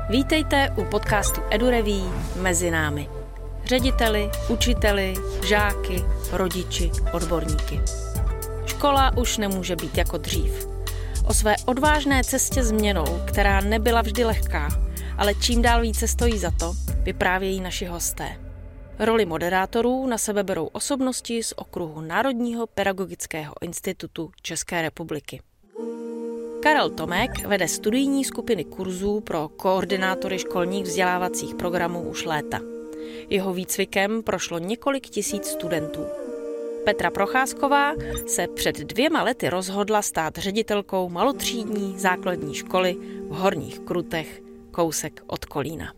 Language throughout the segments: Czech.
Vítejte u podcastu EduReví Mezi námi. Řediteli, učiteli, žáky, rodiči, odborníky. Škola už nemůže být jako dřív. O své odvážné cestě změnou, která nebyla vždy lehká, ale čím dál více stojí za to, vyprávějí naši hosté. Roli moderátorů na sebe berou osobnosti z okruhu Národního pedagogického institutu České republiky. Karel Tomek vede studijní skupiny kurzů pro koordinátory školních vzdělávacích programů už léta. Jeho výcvikem prošlo několik tisíc studentů. Petra Procházková se před 2 lety rozhodla stát ředitelkou malotřídní základní školy v Horních Krutech, kousek od Kolína.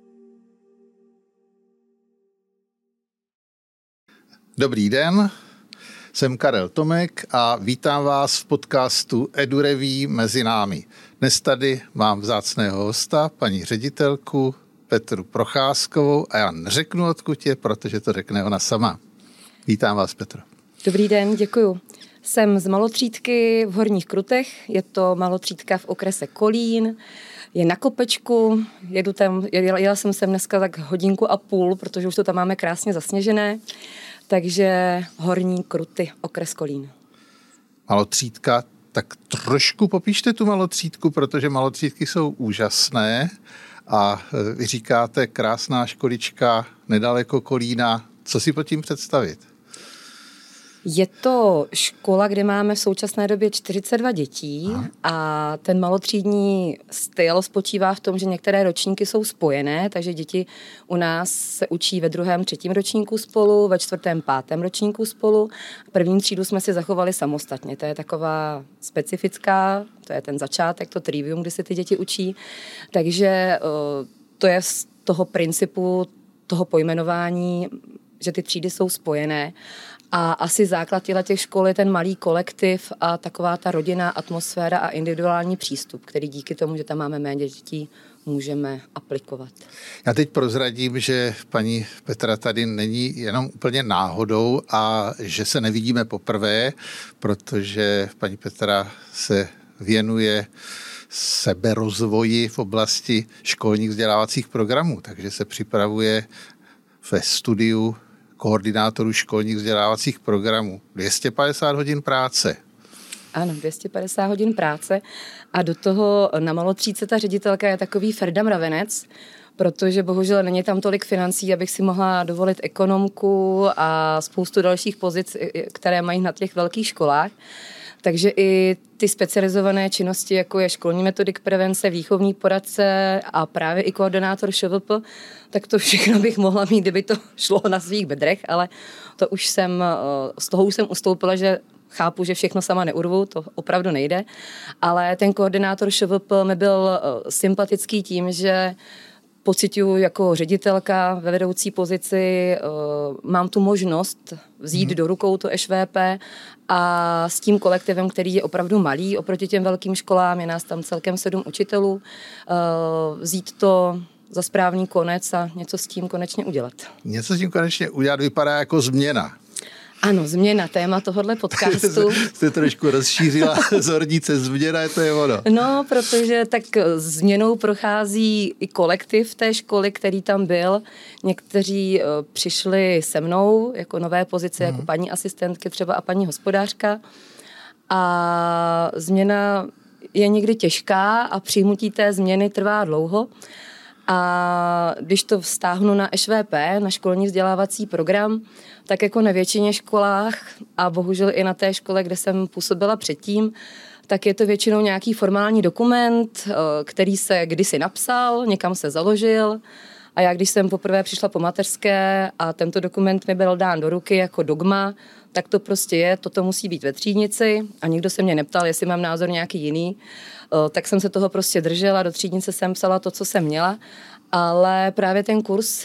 Dobrý den, jsem Karel Tomek a vítám vás v podcastu EduReví Mezi námi. Dnes tady mám vzácného hosta, paní ředitelku Petru Procházkovou a já neřeknu, odkud je, protože to řekne ona sama. Vítám vás, Petro. Dobrý den, děkuju. Jsem z malotřídky v Horních Krutech, je to malotřídka v okrese Kolín, je na kopečku, jela jsem sem dneska tak 1,5 hodiny, protože už to tam máme krásně zasněžené, takže Horní Kruty, okres Kolín. Malotřídka, tak trošku popište tu malotřídku, protože malotřídky jsou úžasné a vy říkáte krásná školička nedaleko Kolína. Co si pod tím představit? Je to škola, kde máme v současné době 42 dětí a ten malotřídní styl spočívá v tom, že některé ročníky jsou spojené, takže děti u nás se učí ve 2., 3. ročníku spolu, ve 4., 5. ročníku spolu. První třídu jsme si zachovali samostatně, to je taková specifická, to je ten začátek, to trivium, kdy se ty děti učí. Takže to je z toho principu, toho pojmenování, že ty třídy jsou spojené. A asi základ těch škol je ten malý kolektiv a taková ta rodinná atmosféra a individuální přístup, který díky tomu, že tam máme méně dětí, můžeme aplikovat. Já teď prozradím, že paní Petra tady není jenom úplně náhodou a že se nevidíme poprvé, protože paní Petra se věnuje seberozvoji v oblasti školních vzdělávacích programů, takže se připravuje ve studiu koordinátorů školních vzdělávacích programů. 250 hodin práce. Ano, 250 hodin práce a do toho na malotřídce ta ředitelka je takový Ferda Mravenec, protože bohužel není tam tolik financí, abych si mohla dovolit ekonomku a spoustu dalších pozic, které mají na těch velkých školách. Takže i ty specializované činnosti, jako je školní metodik prevence, výchovní poradce a právě i koordinátor ŠVP, tak to všechno bych mohla mít, kdyby to šlo na svých bedrech, ale to už z toho už jsem ustoupila, že chápu, že všechno sama neurvu, to opravdu nejde, ale ten koordinátor ŠVP mi byl sympatický tím, že pociťuji jako ředitelka ve vedoucí pozici, mám tu možnost vzít do rukou to ŠVP a s tím kolektivem, který je opravdu malý oproti těm velkým školám, je nás tam celkem 7 učitelů, vzít to za správný konec a něco s tím konečně udělat. Něco s tím konečně udělat vypadá jako změna. Ano, změna, téma tohohle podcastu. Jste trošku rozšířila zornice, změna, to je ono. No, protože tak změnou prochází i kolektiv té školy, který tam byl. Někteří přišli se mnou jako nové pozice, jako paní asistentky třeba a paní hospodářka. A změna je někdy těžká a přijmutí té změny trvá dlouho. A když to vztáhnu na ŠVP, na školní vzdělávací program, tak jako na většině školách a bohužel i na té škole, kde jsem působila předtím, tak je to většinou nějaký formální dokument, který se kdysi napsal, někam se založil. A já, když jsem poprvé přišla po mateřské a tento dokument mi byl dán do ruky jako dogma, tak to prostě je, toto musí být ve třídnici a nikdo se mě neptal, jestli mám názor nějaký jiný. Tak jsem se toho prostě držela, do třídnice jsem psala to, co jsem měla ale právě ten kurz,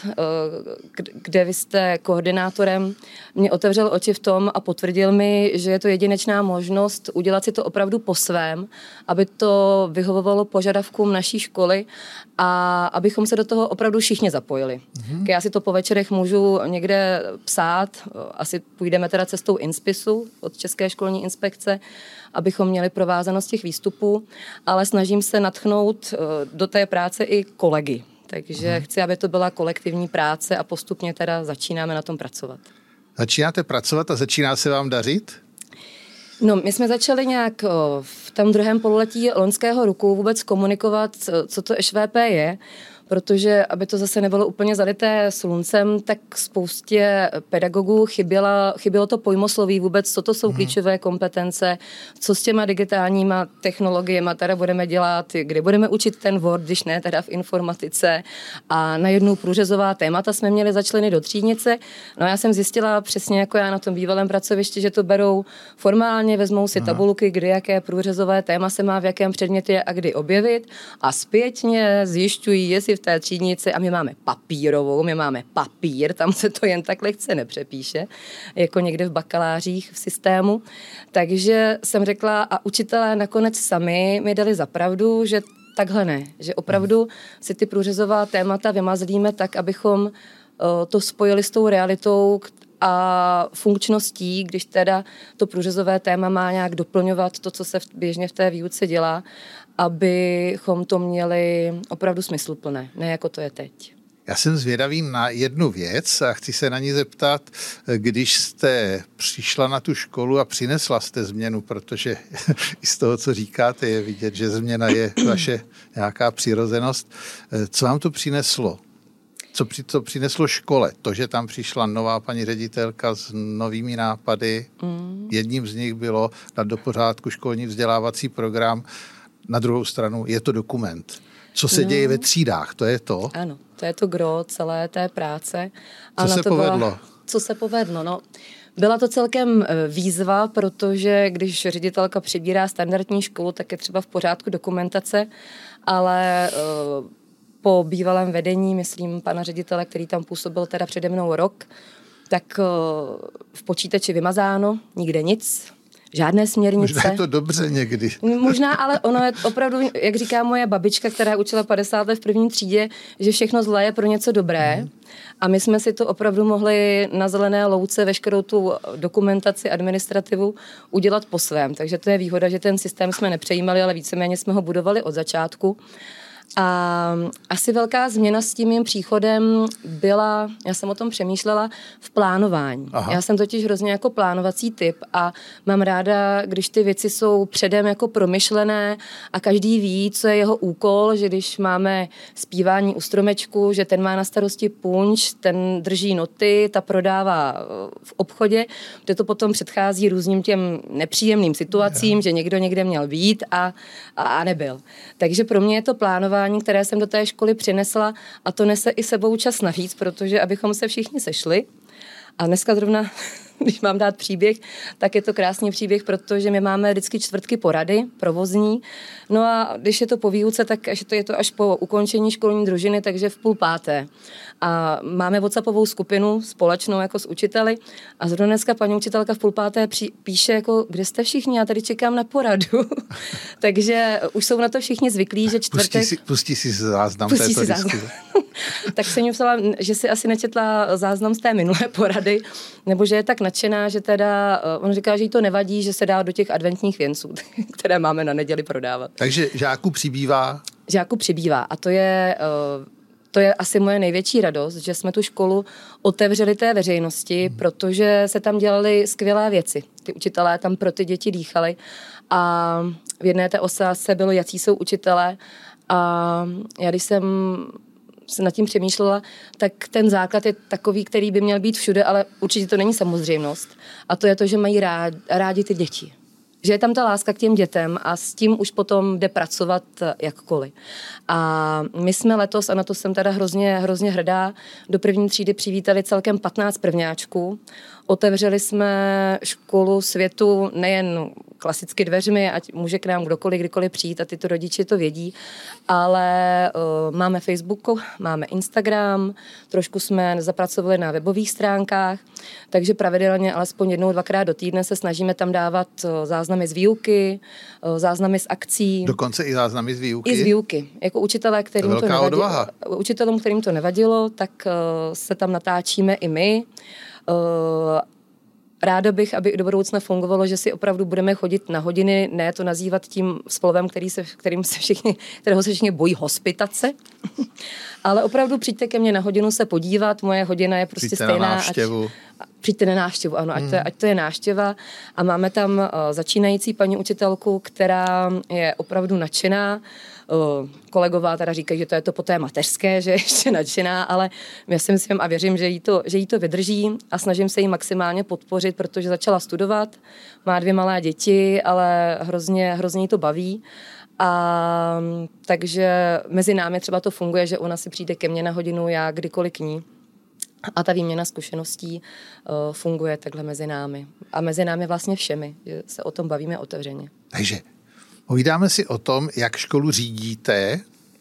kde vy jste koordinátorem, mě otevřel oči v tom a potvrdil mi, že je to jedinečná možnost udělat si to opravdu po svém, aby to vyhovovalo požadavkům naší školy a abychom se do toho opravdu všichni zapojili. Já si to po večerech můžu někde psát, asi půjdeme teda cestou Inspisu od České školní inspekce, abychom měli provázanost těch výstupů, ale snažím se nadchnout do té práce i kolegy. Takže chci, aby to byla kolektivní práce a postupně teda začínáme na tom pracovat. Začínáte pracovat a začíná se vám dařit? No, my jsme začali nějak v tom druhém pololetí loňského roku vůbec komunikovat, co to ŠVP je, protože, aby to zase nebylo úplně zalité sluncem, tak spoustě pedagogů chybělo to pojmosloví vůbec, co to jsou klíčové kompetence, co s těma digitálníma technologiemi teda budeme dělat, kde budeme učit ten Word, když ne teda v informatice, a najednou průřezová témata jsme měli začleny do třídnice. No já jsem zjistila přesně jako já na tom bývalém pracovišti, že to berou formálně, vezmou si tabulky, kdy jaké průřezové téma se má v jakém předmětě a kdy objevit a zpětně zjišťují, jestli v té třídnici, a my máme papírovou, my máme papír, tam se to jen tak lehce nepřepíše, jako někde v bakalářích v systému. Takže jsem řekla, a učitelé nakonec sami mi dali za pravdu, že takhle ne, že opravdu si ty průřezová témata vymazlíme tak, abychom to spojili s tou realitou a funkčností, když teda to průřezové téma má nějak doplňovat to, co se běžně v té výuce dělá, abychom to měli opravdu smysluplné, ne jako to je teď. Já jsem zvědavý na jednu věc a chci se na ní zeptat, když jste přišla na tu školu a přinesla jste změnu, protože i z toho, co říkáte, je vidět, že změna je vaše nějaká přirozenost. Co vám to přineslo? Co přineslo škole? To, že tam přišla nová paní ředitelka s novými nápady. Jedním z nich bylo dát do pořádku školní vzdělávací program. Na druhou stranu je to dokument. Co se děje ve třídách, to je to? Ano, to je to gro celé té práce. Co se povedlo? Co se povedlo? No, byla to celkem výzva, protože když ředitelka přibírá standardní školu, tak je třeba v pořádku dokumentace, ale po bývalém vedení, myslím pana ředitele, který tam působil teda přede mnou rok, tak v počítači vymazáno, nikde nic, žádné směrnice. Možná je to dobře někdy. Možná, ale ono je opravdu, jak říká moje babička, která učila 50 let v první třídě, že všechno zlé je pro něco dobré. A my jsme si to opravdu mohli na zelené louce veškerou tu dokumentaci, administrativu udělat po svém. Takže to je výhoda, že ten systém jsme nepřejímali, ale víceméně jsme ho budovali od začátku. A asi velká změna s tím mým příchodem byla, já jsem o tom přemýšlela, v plánování. Aha. Já jsem totiž hrozně jako plánovací typ a mám ráda, když ty věci jsou předem jako promyšlené a každý ví, co je jeho úkol, že když máme zpívání u stromečku, že ten má na starosti punč, ten drží noty, ta prodává v obchodě, kde to potom předchází různým těm nepříjemným situacím, že někdo někde měl být a nebyl. Takže pro mě je to plánování, které jsem do té školy přinesla a to nese i sebou čas navíc, protože abychom se všichni sešli. A dneska zrovna, když mám dát příběh, tak je to krásný příběh, protože my máme vždycky čtvrtky porady provozní. No a když je to po výuce, tak je to až po ukončení školní družiny, takže v 4:30. A máme WhatsAppovou skupinu společnou jako s učiteli a zrovna dneska paní učitelka v 4:30 píše jako, kde jste všichni, já tady čekám na poradu. Takže už jsou na to všichni zvyklí, že čtvrtek... Pustí si záznam této diskuze. Tak jsem jí psala, že si asi nečetla záznam z té minulé porady, nebo že je tak nadšená, že teda, on říká, že jí to nevadí, že se dá do těch adventních věnců, které máme na neděli prodávat. Takže žáků přibývá? Žáků přibývá a to je asi moje největší radost, že jsme tu školu otevřeli té veřejnosti, protože se tam dělaly skvělé věci. Ty učitelé tam pro ty děti dýchali a v jedné té osázce bylo, jací jsou učitelé a já když jsem se nad tím přemýšlela, tak ten základ je takový, který by měl být všude, ale určitě to není samozřejmost. A to je to, že mají rádi ty děti. Že je tam ta láska k těm dětem a s tím už potom jde pracovat jakkoliv. A my jsme letos, a na to jsem teda hrozně hrdá, do první třídy přivítali celkem 15 prvňáčků. Otevřeli jsme školu světu nejen klasicky dveřmi, ať může k nám kdokoliv, kdykoliv přijít a tyto rodiče to vědí, ale máme Facebook, máme Instagram, trošku jsme zapracovali na webových stránkách, takže pravidelně alespoň 1-2krát do týdne se snažíme tam dávat záznamy z výuky, záznamy z akcí. Dokonce i záznamy z výuky? I z výuky. Jako učitelé, učitelům, kterým to nevadilo, tak se tam natáčíme i my. Ráda bych, aby i do budoucna fungovalo, že si opravdu budeme chodit na hodiny, ne to nazývat tím slovem, kterého se všichni bojí, hospitace, ale opravdu přijďte ke mně na hodinu se podívat, moje hodina je prostě přijďte stejná. Na návštěvu. Přijďte na návštěvu, ano, ať to je návštěva a máme tam začínající paní učitelku, která je opravdu nadšená. Kolegová teda říkají, že to je to po té mateřské, že je ještě nadšená, ale já si myslím a věřím, že jí to vydrží a snažím se jí maximálně podpořit, protože začala studovat, má 2 malé děti, ale hrozně jí to baví. A takže mezi námi třeba to funguje, že ona si přijde ke mně na hodinu, já kdykoliv k ní. A ta výměna zkušeností funguje takhle mezi námi. A mezi námi vlastně všemi, že se o tom bavíme otevřeně. Takže povídáme si o tom, jak školu řídíte.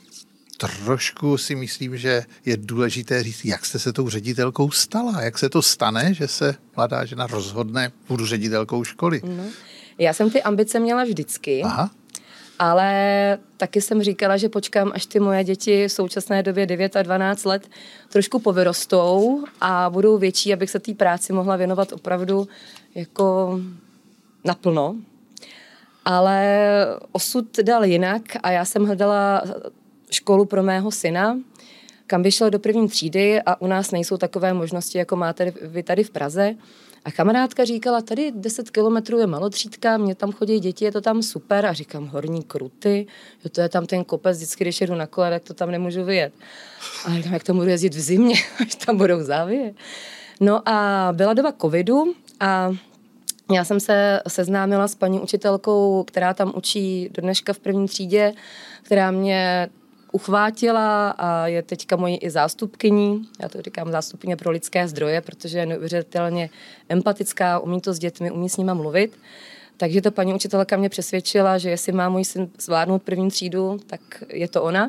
Trošku si myslím, že je důležité říct, jak jste se tou ředitelkou stala. Jak se to stane, že se mladá žena rozhodne, budu ředitelkou školy? No, já jsem ty ambice měla vždycky. Aha. Ale taky jsem říkala, že počkám, až ty moje děti v současné době 9 a 12 let trošku povyrostou a budou větší, abych se té práci mohla věnovat opravdu jako naplno. Ale osud dal jinak a já jsem hledala školu pro mého syna, kam by šel do 1. třídy a u nás nejsou takové možnosti, jako máte vy tady v Praze. A kamarádka říkala, tady 10 kilometrů je malotřídka, mě tam chodí děti, je to tam super. A říkám, Horní Kruty, jo, to je tam ten kopec, vždycky, když jedu na kole, tak to tam nemůžu vyjet. A říkám, jak tam budu jezdit v zimě, až tam budou závěje. No a byla doba covidu a já jsem se seznámila s paní učitelkou, která tam učí do dneška v 1. třídě, která mě uchvátila a je teďka mojí i zástupkyní. Já to říkám zástupkyně pro lidské zdroje, protože je neuvěřitelně empatická, umí to s dětmi, umí s nima mluvit. Takže ta paní učitelka mě přesvědčila, že jestli má můj syn zvládnout 1. třídu, tak je to ona.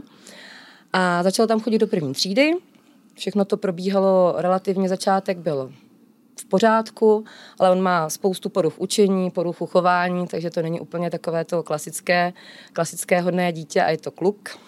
A začala tam chodit do 1. třídy. Všechno to probíhalo relativně, začátek byl v pořádku, ale on má spoustu poruch učení, poruchu chování, takže to není úplně takové to klasické hodné dítě a je to kluk.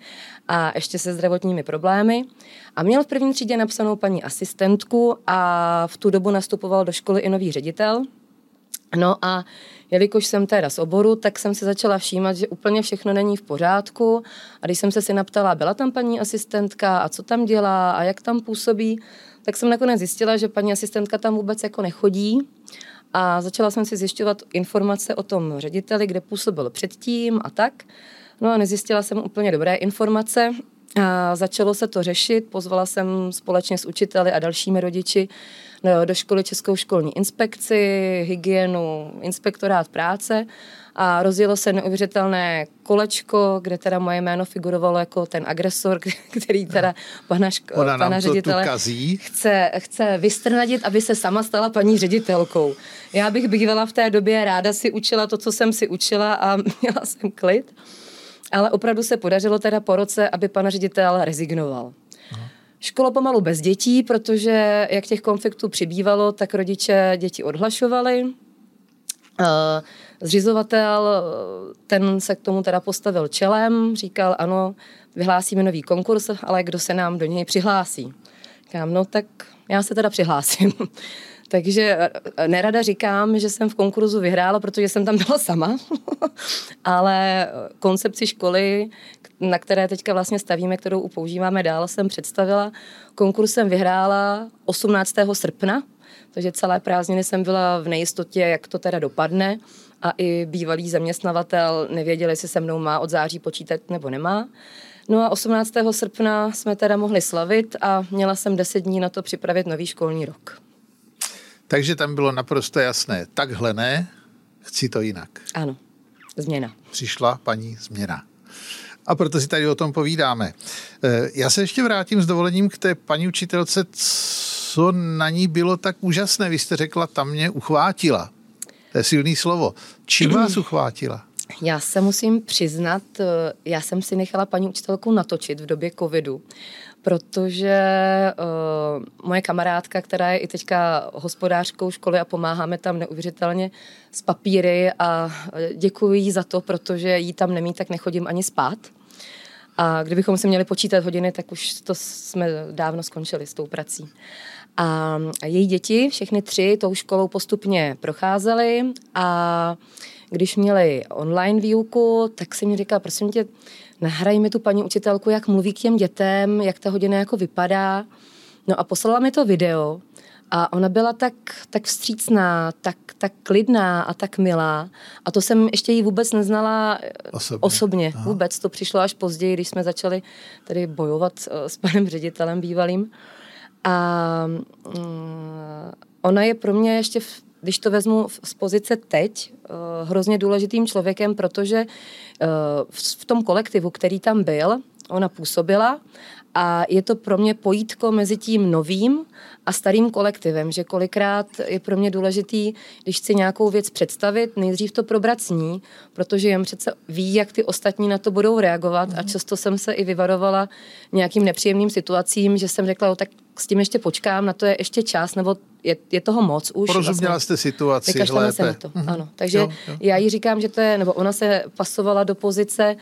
A ještě se zdravotními problémy. A měl v 1. třídě napsanou paní asistentku a v tu dobu nastupoval do školy i nový ředitel. No a jelikož jsem teda z oboru, tak jsem si začala všímat, že úplně všechno není v pořádku. A když jsem se si naptala, byla tam paní asistentka a co tam dělá a jak tam působí, tak jsem nakonec zjistila, že paní asistentka tam vůbec jako nechodí. A začala jsem si zjišťovat informace o tom řediteli, kde působil předtím a tak. No a nezjistila jsem úplně dobré informace a začalo se to řešit. Pozvala jsem společně s učiteli a dalšími rodiči do školy Českou školní inspekci, hygienu, inspektorát práce a rozjelo se neuvěřitelné kolečko, kde teda moje jméno figurovalo jako ten agresor, který teda pana ředitele chce vystrnadit, aby se sama stala paní ředitelkou. Já bych bývala v té době ráda si učila to, co jsem si učila a měla jsem klid. Ale opravdu se podařilo teda po roce, aby pan ředitel rezignoval. Škola pomalu bez dětí, protože jak těch konfliktů přibývalo, tak rodiče děti odhlašovali. Zřizovatel, ten se k tomu teda postavil čelem, říkal, ano, vyhlásíme nový konkurs, ale kdo se nám do něj přihlásí? Říkám, no tak já se teda přihlásím. Takže nerada říkám, že jsem v konkurzu vyhrála, protože jsem tam byla sama, ale koncepci školy, na které teďka vlastně stavíme, kterou používáme dál, jsem představila. Konkurs jsem vyhrála 18. srpna, takže celé prázdniny jsem byla v nejistotě, jak to teda dopadne a i bývalý zaměstnavatel nevěděl, jestli se mnou má od září počítat nebo nemá. No a 18. srpna jsme teda mohli slavit a měla jsem 10 dní na to připravit nový školní rok. Takže tam bylo naprosto jasné, takhle ne, chci to jinak. Ano, změna. Přišla paní změna. A proto si tady o tom povídáme. Já se ještě vrátím s dovolením k té paní učitelce. Co na ní bylo tak úžasné? Vy jste řekla, tam mě uchvátila. To je silný slovo. Čím vás uchvátila? Já se musím přiznat, já jsem si nechala paní učitelku natočit v době covidu, protože moje kamarádka, která je i teďka hospodářkou školy a pomáháme tam neuvěřitelně s papíry a děkuji jí za to, protože jí tam nemít, tak nechodím ani spát. A kdybychom si měli počítat hodiny, tak už to jsme dávno skončili s tou prací. A její děti, všechny 3, tou školou postupně procházely a když měli online výuku, tak si mi říkala, prosím tě, nahraj mi tu paní učitelku, jak mluví k těm dětem, jak ta hodina jako vypadá. No a poslala mi to video a ona byla tak vstřícná, tak klidná a tak milá. A to jsem ještě jí vůbec neznala osobně. Vůbec to přišlo až později, když jsme začali tady bojovat s panem ředitelem bývalým. A ona je pro mě ještě, když to vezmu z pozice teď, hrozně důležitým člověkem, protože v tom kolektivu, který tam byl, ona působila a je to pro mě pojítko mezi tím novým a starým kolektivem, že kolikrát je pro mě důležitý, když chci nějakou věc představit, nejdřív to probrat s ní, protože jen přece ví, jak ty ostatní na to budou reagovat a často jsem se i vyvarovala nějakým nepříjemným situacím, že jsem řekla, tak s tím ještě počkám, na to je ještě čas, nebo je toho moc už. Porozuměla jste situaci lépe. Se na to, ano. Takže já jí říkám, že to je, nebo ona se pasovala do pozice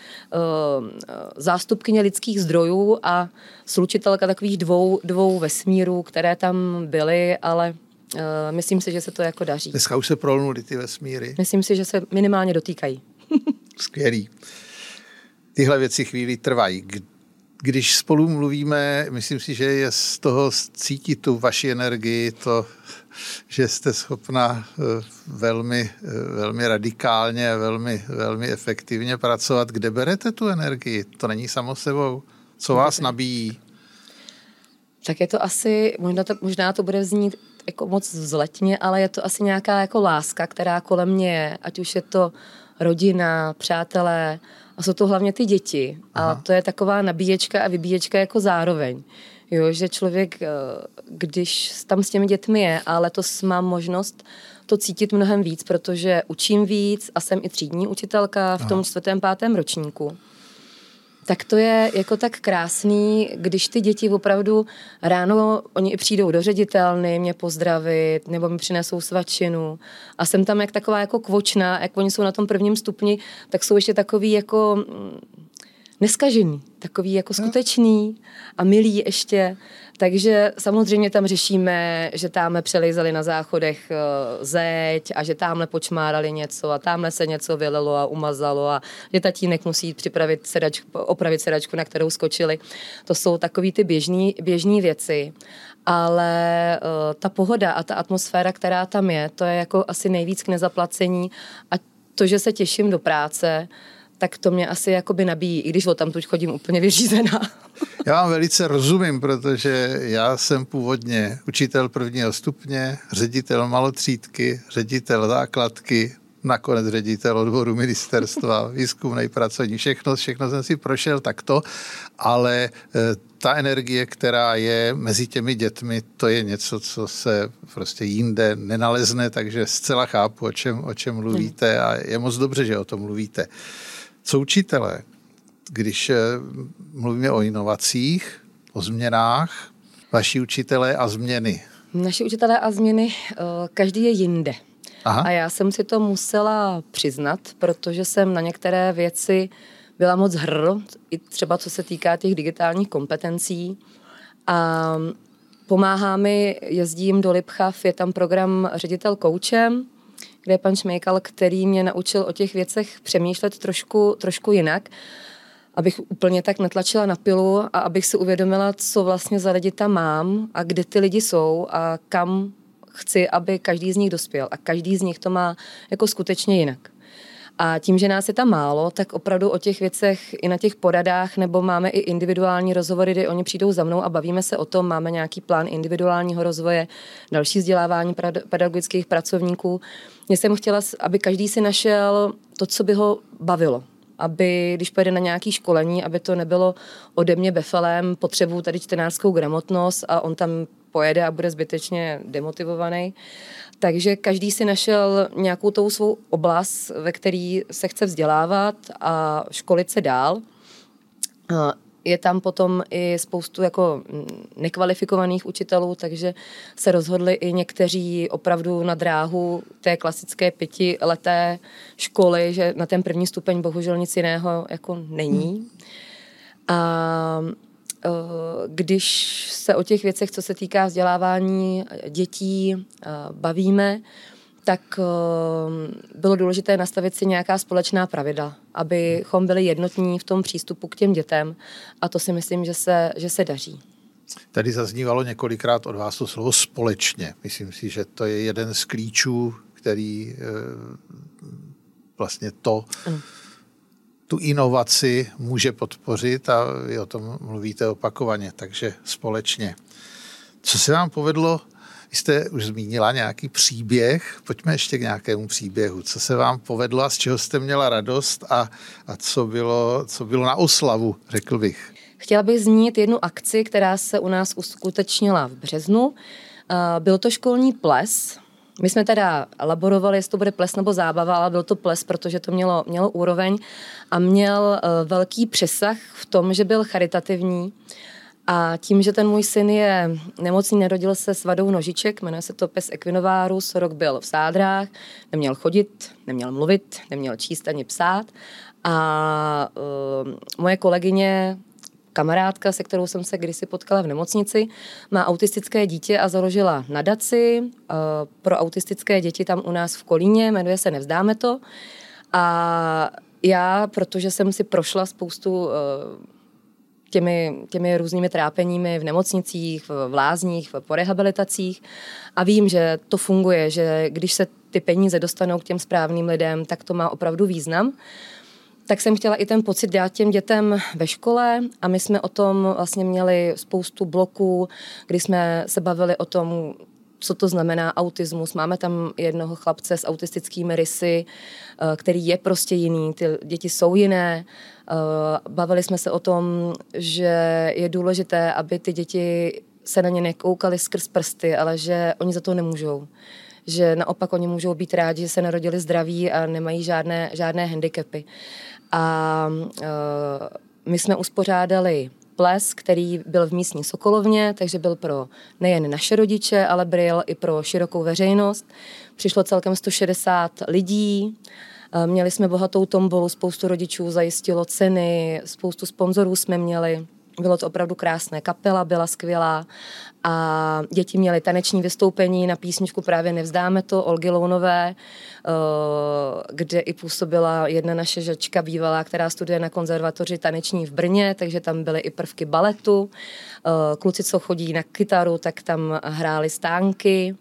zástupkyně lidských zdrojů a slučitelka takových dvou vesmírů, které tam byly, ale myslím si, že se to jako daří. Dneska už se prolnuly ty vesmíry. Myslím si, že se minimálně dotýkají. Skvělý. Tyhle věci chvíli trvají. Když spolu mluvíme, myslím si, že je z toho cítit tu vaši energii, to, že jste schopna velmi, velmi radikálně, velmi efektivně pracovat. Kde berete tu energii? To není samo sebou. Co vás nabíjí? Tak je to asi, možná to bude znít jako moc vzletně, ale je to asi nějaká jako láska, která kolem mě je, ať už je to rodina, přátelé, a jsou to hlavně ty děti. Aha. A to je taková nabíječka a vybíječka jako zároveň. Jo, že člověk, když tam s těmi dětmi je, a letos mám možnost to cítit mnohem víc, protože učím víc a jsem i třídní učitelka v tom 4., 5. ročníku. Tak to je jako tak krásný, když ty děti opravdu ráno, oni přijdou do ředitelny mě pozdravit, nebo mi přinesou svačinu a jsem tam jak taková jako kvočna, jak oni jsou na tom 1. stupni, tak jsou ještě takový jako neskažený, takový jako skutečný a milý ještě. Takže samozřejmě tam řešíme, že tamhle přelejzali na záchodech zeď a že tamhle počmárali něco a tamhle se něco vylilo a umazalo a že tatínek musí jít opravit sedačku, na kterou skočili. To jsou takový ty běžný věci. Ale ta pohoda a ta atmosféra, která tam je, to je jako asi nejvíc k nezaplacení a to, že se těším do práce, tak to mě asi jakoby nabíjí, i když odtamtud chodím úplně vyřízená. Já vám velice rozumím, protože já jsem původně učitel 1. stupně, ředitel malotřídky, ředitel základky, nakonec ředitel odboru ministerstva, výzkumný pracovník, všechno jsem si prošel takto, ale ta energie, která je mezi těmi dětmi, to je něco, co se prostě jinde nenalezne, takže zcela chápu, o čem mluvíte a je moc dobře, že o tom mluvíte. Co učitelé, když mluvíme o inovacích, o změnách, vaši učitelé a změny? Naši učitelé a změny, každý je jinde. Aha. A já jsem si to musela přiznat, protože jsem na některé věci byla moc i třeba co se týká těch digitálních kompetencí. A pomáhá mi, jezdím do Lipchav, je tam program Ředitel koučem, kde je pan Šmejkal, který mě naučil o těch věcech přemýšlet trošku jinak, abych úplně tak netlačila na pilu a abych si uvědomila, co vlastně za lidi tam mám a kde ty lidi jsou a kam chci, aby každý z nich dospěl. A každý z nich to má jako skutečně jinak. A tím, že nás je tam málo, tak opravdu o těch věcech i na těch poradách, nebo máme i individuální rozhovory, kdy oni přijdou za mnou a bavíme se o tom, máme nějaký plán individuálního rozvoje, další vzdělávání pedagogických pracovníků. Já jsem chtěla, aby každý si našel to, co by ho bavilo. Aby, když pojede na nějaké školení, aby to nebylo ode mě befelem, potřebuju tady čtenářskou gramotnost a on tam pojede a bude zbytečně demotivovaný. Takže každý si našel nějakou tou svou oblast, ve který se chce vzdělávat a školit se dál. Je tam potom i spoustu jako nekvalifikovaných učitelů, takže se rozhodli i někteří opravdu na dráhu té klasické 5leté školy, že na ten první stupeň bohužel nic jiného jako není. A když se o těch věcech, co se týká vzdělávání dětí, bavíme, tak bylo důležité nastavit si nějaká společná pravidla, abychom byli jednotní v tom přístupu k těm dětem a to si myslím, že se daří. Tady zaznívalo několikrát od vás to slovo společně. Myslím si, že to je jeden z klíčů, který vlastně tu inovaci může podpořit a vy o tom mluvíte opakovaně, takže společně. Co se vám povedlo? Vy jste už zmínila nějaký příběh, pojďme ještě k nějakému příběhu. Co se vám povedlo a z čeho jste měla radost a co bylo na oslavu, řekl bych? Chtěla bych zmínit jednu akci, která se u nás uskutečnila v březnu. Byl to školní ples. My jsme teda laborovali, jestli to bude ples nebo zábava, ale byl to ples, protože to mělo úroveň a měl velký přesah v tom, že byl charitativní. A tím, že ten můj syn je nemocný, narodil se s vadou nožiček, jmenuje se to pes Equinovarus, rok byl v sádrách, neměl chodit, neměl mluvit, neměl číst ani psát. A moje kolegyně, kamarádka, se kterou jsem se kdysi potkala v nemocnici, má autistické dítě a založila nadaci pro autistické děti tam u nás v Kolíně, jmenuje se Nevzdáme to. A já, protože jsem si prošla spoustu těmi různými trápeními v nemocnicích, v lázních, po rehabilitacích a vím, že to funguje, že když se ty peníze dostanou k těm správným lidem, tak to má opravdu význam. Tak jsem chtěla i ten pocit dát těm dětem ve škole a my jsme o tom vlastně měli spoustu bloků, kdy jsme se bavili o tom, co to znamená autismus. Máme tam jednoho chlapce s autistickými rysy, který je prostě jiný, ty děti jsou jiné. Bavili jsme se o tom, že je důležité, aby ty děti se na ně nekoukaly skrz prsty, ale že oni za to nemůžou. Že naopak oni můžou být rádi, že se narodili zdraví a nemají žádné handicapy. A my jsme uspořádali ples, který byl v místní Sokolovně, takže byl pro nejen naše rodiče, ale byl i pro širokou veřejnost. Přišlo celkem 160 lidí, měli jsme bohatou tombolu, spoustu rodičů zajistilo ceny, spoustu sponzorů jsme měli. Bylo to opravdu krásné, kapela byla skvělá a děti měly taneční vystoupení na písničku právě Nevzdáme to Olgy Lounové, kde i působila jedna naše žačka bývalá, která studuje na konzervatoři taneční v Brně, takže tam byly i prvky baletu. Kluci, co chodí na kytaru, tak tam hráli stánky.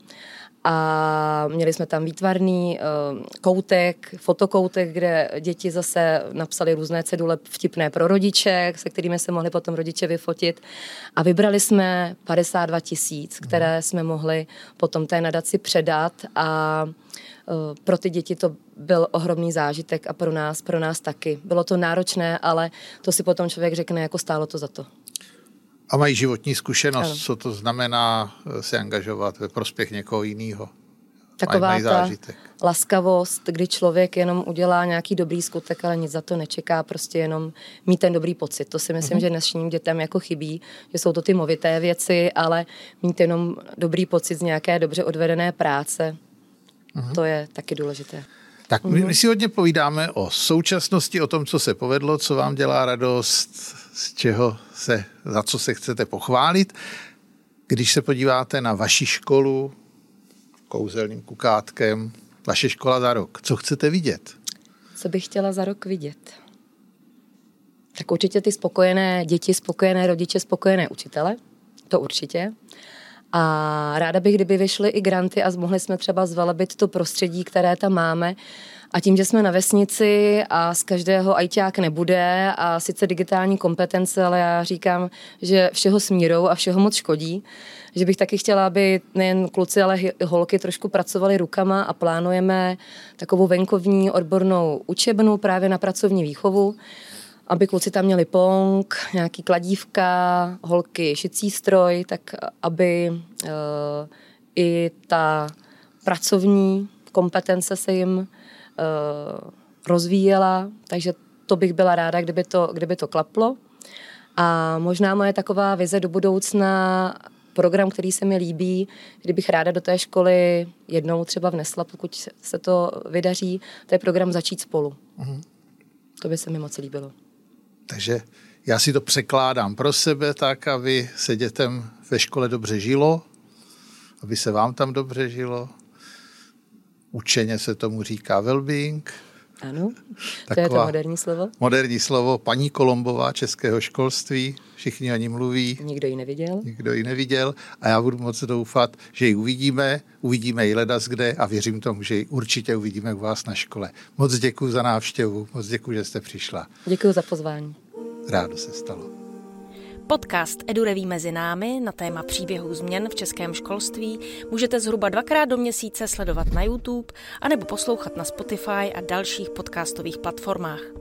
A měli jsme tam výtvarný koutek, fotokoutek, kde děti zase napsali různé cedule vtipné pro rodiče, se kterými se mohli potom rodiče vyfotit. A vybrali jsme 52 000, které jsme mohli potom té nadaci předat a pro ty děti to byl ohromný zážitek a pro nás taky. Bylo to náročné, ale to si potom člověk řekne, jako stálo to za to. A mají životní zkušenost, co to znamená se angažovat ve prospěch někoho jiného. Taková ta laskavost, kdy člověk jenom udělá nějaký dobrý skutek, ale nic za to nečeká, prostě jenom mít ten dobrý pocit. To si myslím, že dnešním dětem jako chybí, že jsou to ty movité věci, ale mít jenom dobrý pocit z nějaké dobře odvedené práce, to je taky důležité. Tak my si hodně povídáme o současnosti, o tom, co se povedlo, co vám dělá radost, za co se chcete pochválit. Když se podíváte na vaši školu kouzelným kukátkem, vaše škola za rok, co chcete vidět? Co bych chtěla za rok vidět? Tak určitě ty spokojené děti, spokojené rodiče, spokojené učitele, to určitě. A ráda bych, kdyby vyšly i granty a mohli jsme třeba zvelebit to prostředí, které tam máme. A tím, že jsme na vesnici a z každého ajťák nebude a sice digitální kompetence, ale já říkám, že všeho s mírou a všeho moc škodí, že bych taky chtěla, aby nejen kluci, ale i holky trošku pracovali rukama a plánujeme takovou venkovní odbornou učebnu právě na pracovní výchovu. aby kluci tam měli pong, nějaký kladívka, holky šicí stroj, tak aby i ta pracovní kompetence se jim rozvíjela, takže to bych byla ráda, kdyby to klaplo. A možná moje taková vize do budoucna, program, který se mi líbí, kdybych ráda do té školy jednou třeba vnesla, pokud se to vydaří, to je program Začít spolu. To by se mi moc líbilo. Takže já si to překládám pro sebe tak, aby se dětem ve škole dobře žilo, aby se vám tam dobře žilo. Učeně se tomu říká well-being. Ano, to je to moderní slovo. Moderní slovo, paní Kolombová českého školství, všichni o ní mluví. Nikdo ji neviděl. A já budu moc doufat, že ji uvidíme ji ledas kde a věřím tomu, že ji určitě uvidíme u vás na škole. Moc děkuji za návštěvu, moc děkuji, že jste přišla. Děkuji za pozvání. Rádo se stalo. Podcast Edureví mezi námi na téma příběhů změn v českém školství můžete zhruba 2krát do měsíce sledovat na YouTube anebo poslouchat na Spotify a dalších podcastových platformách.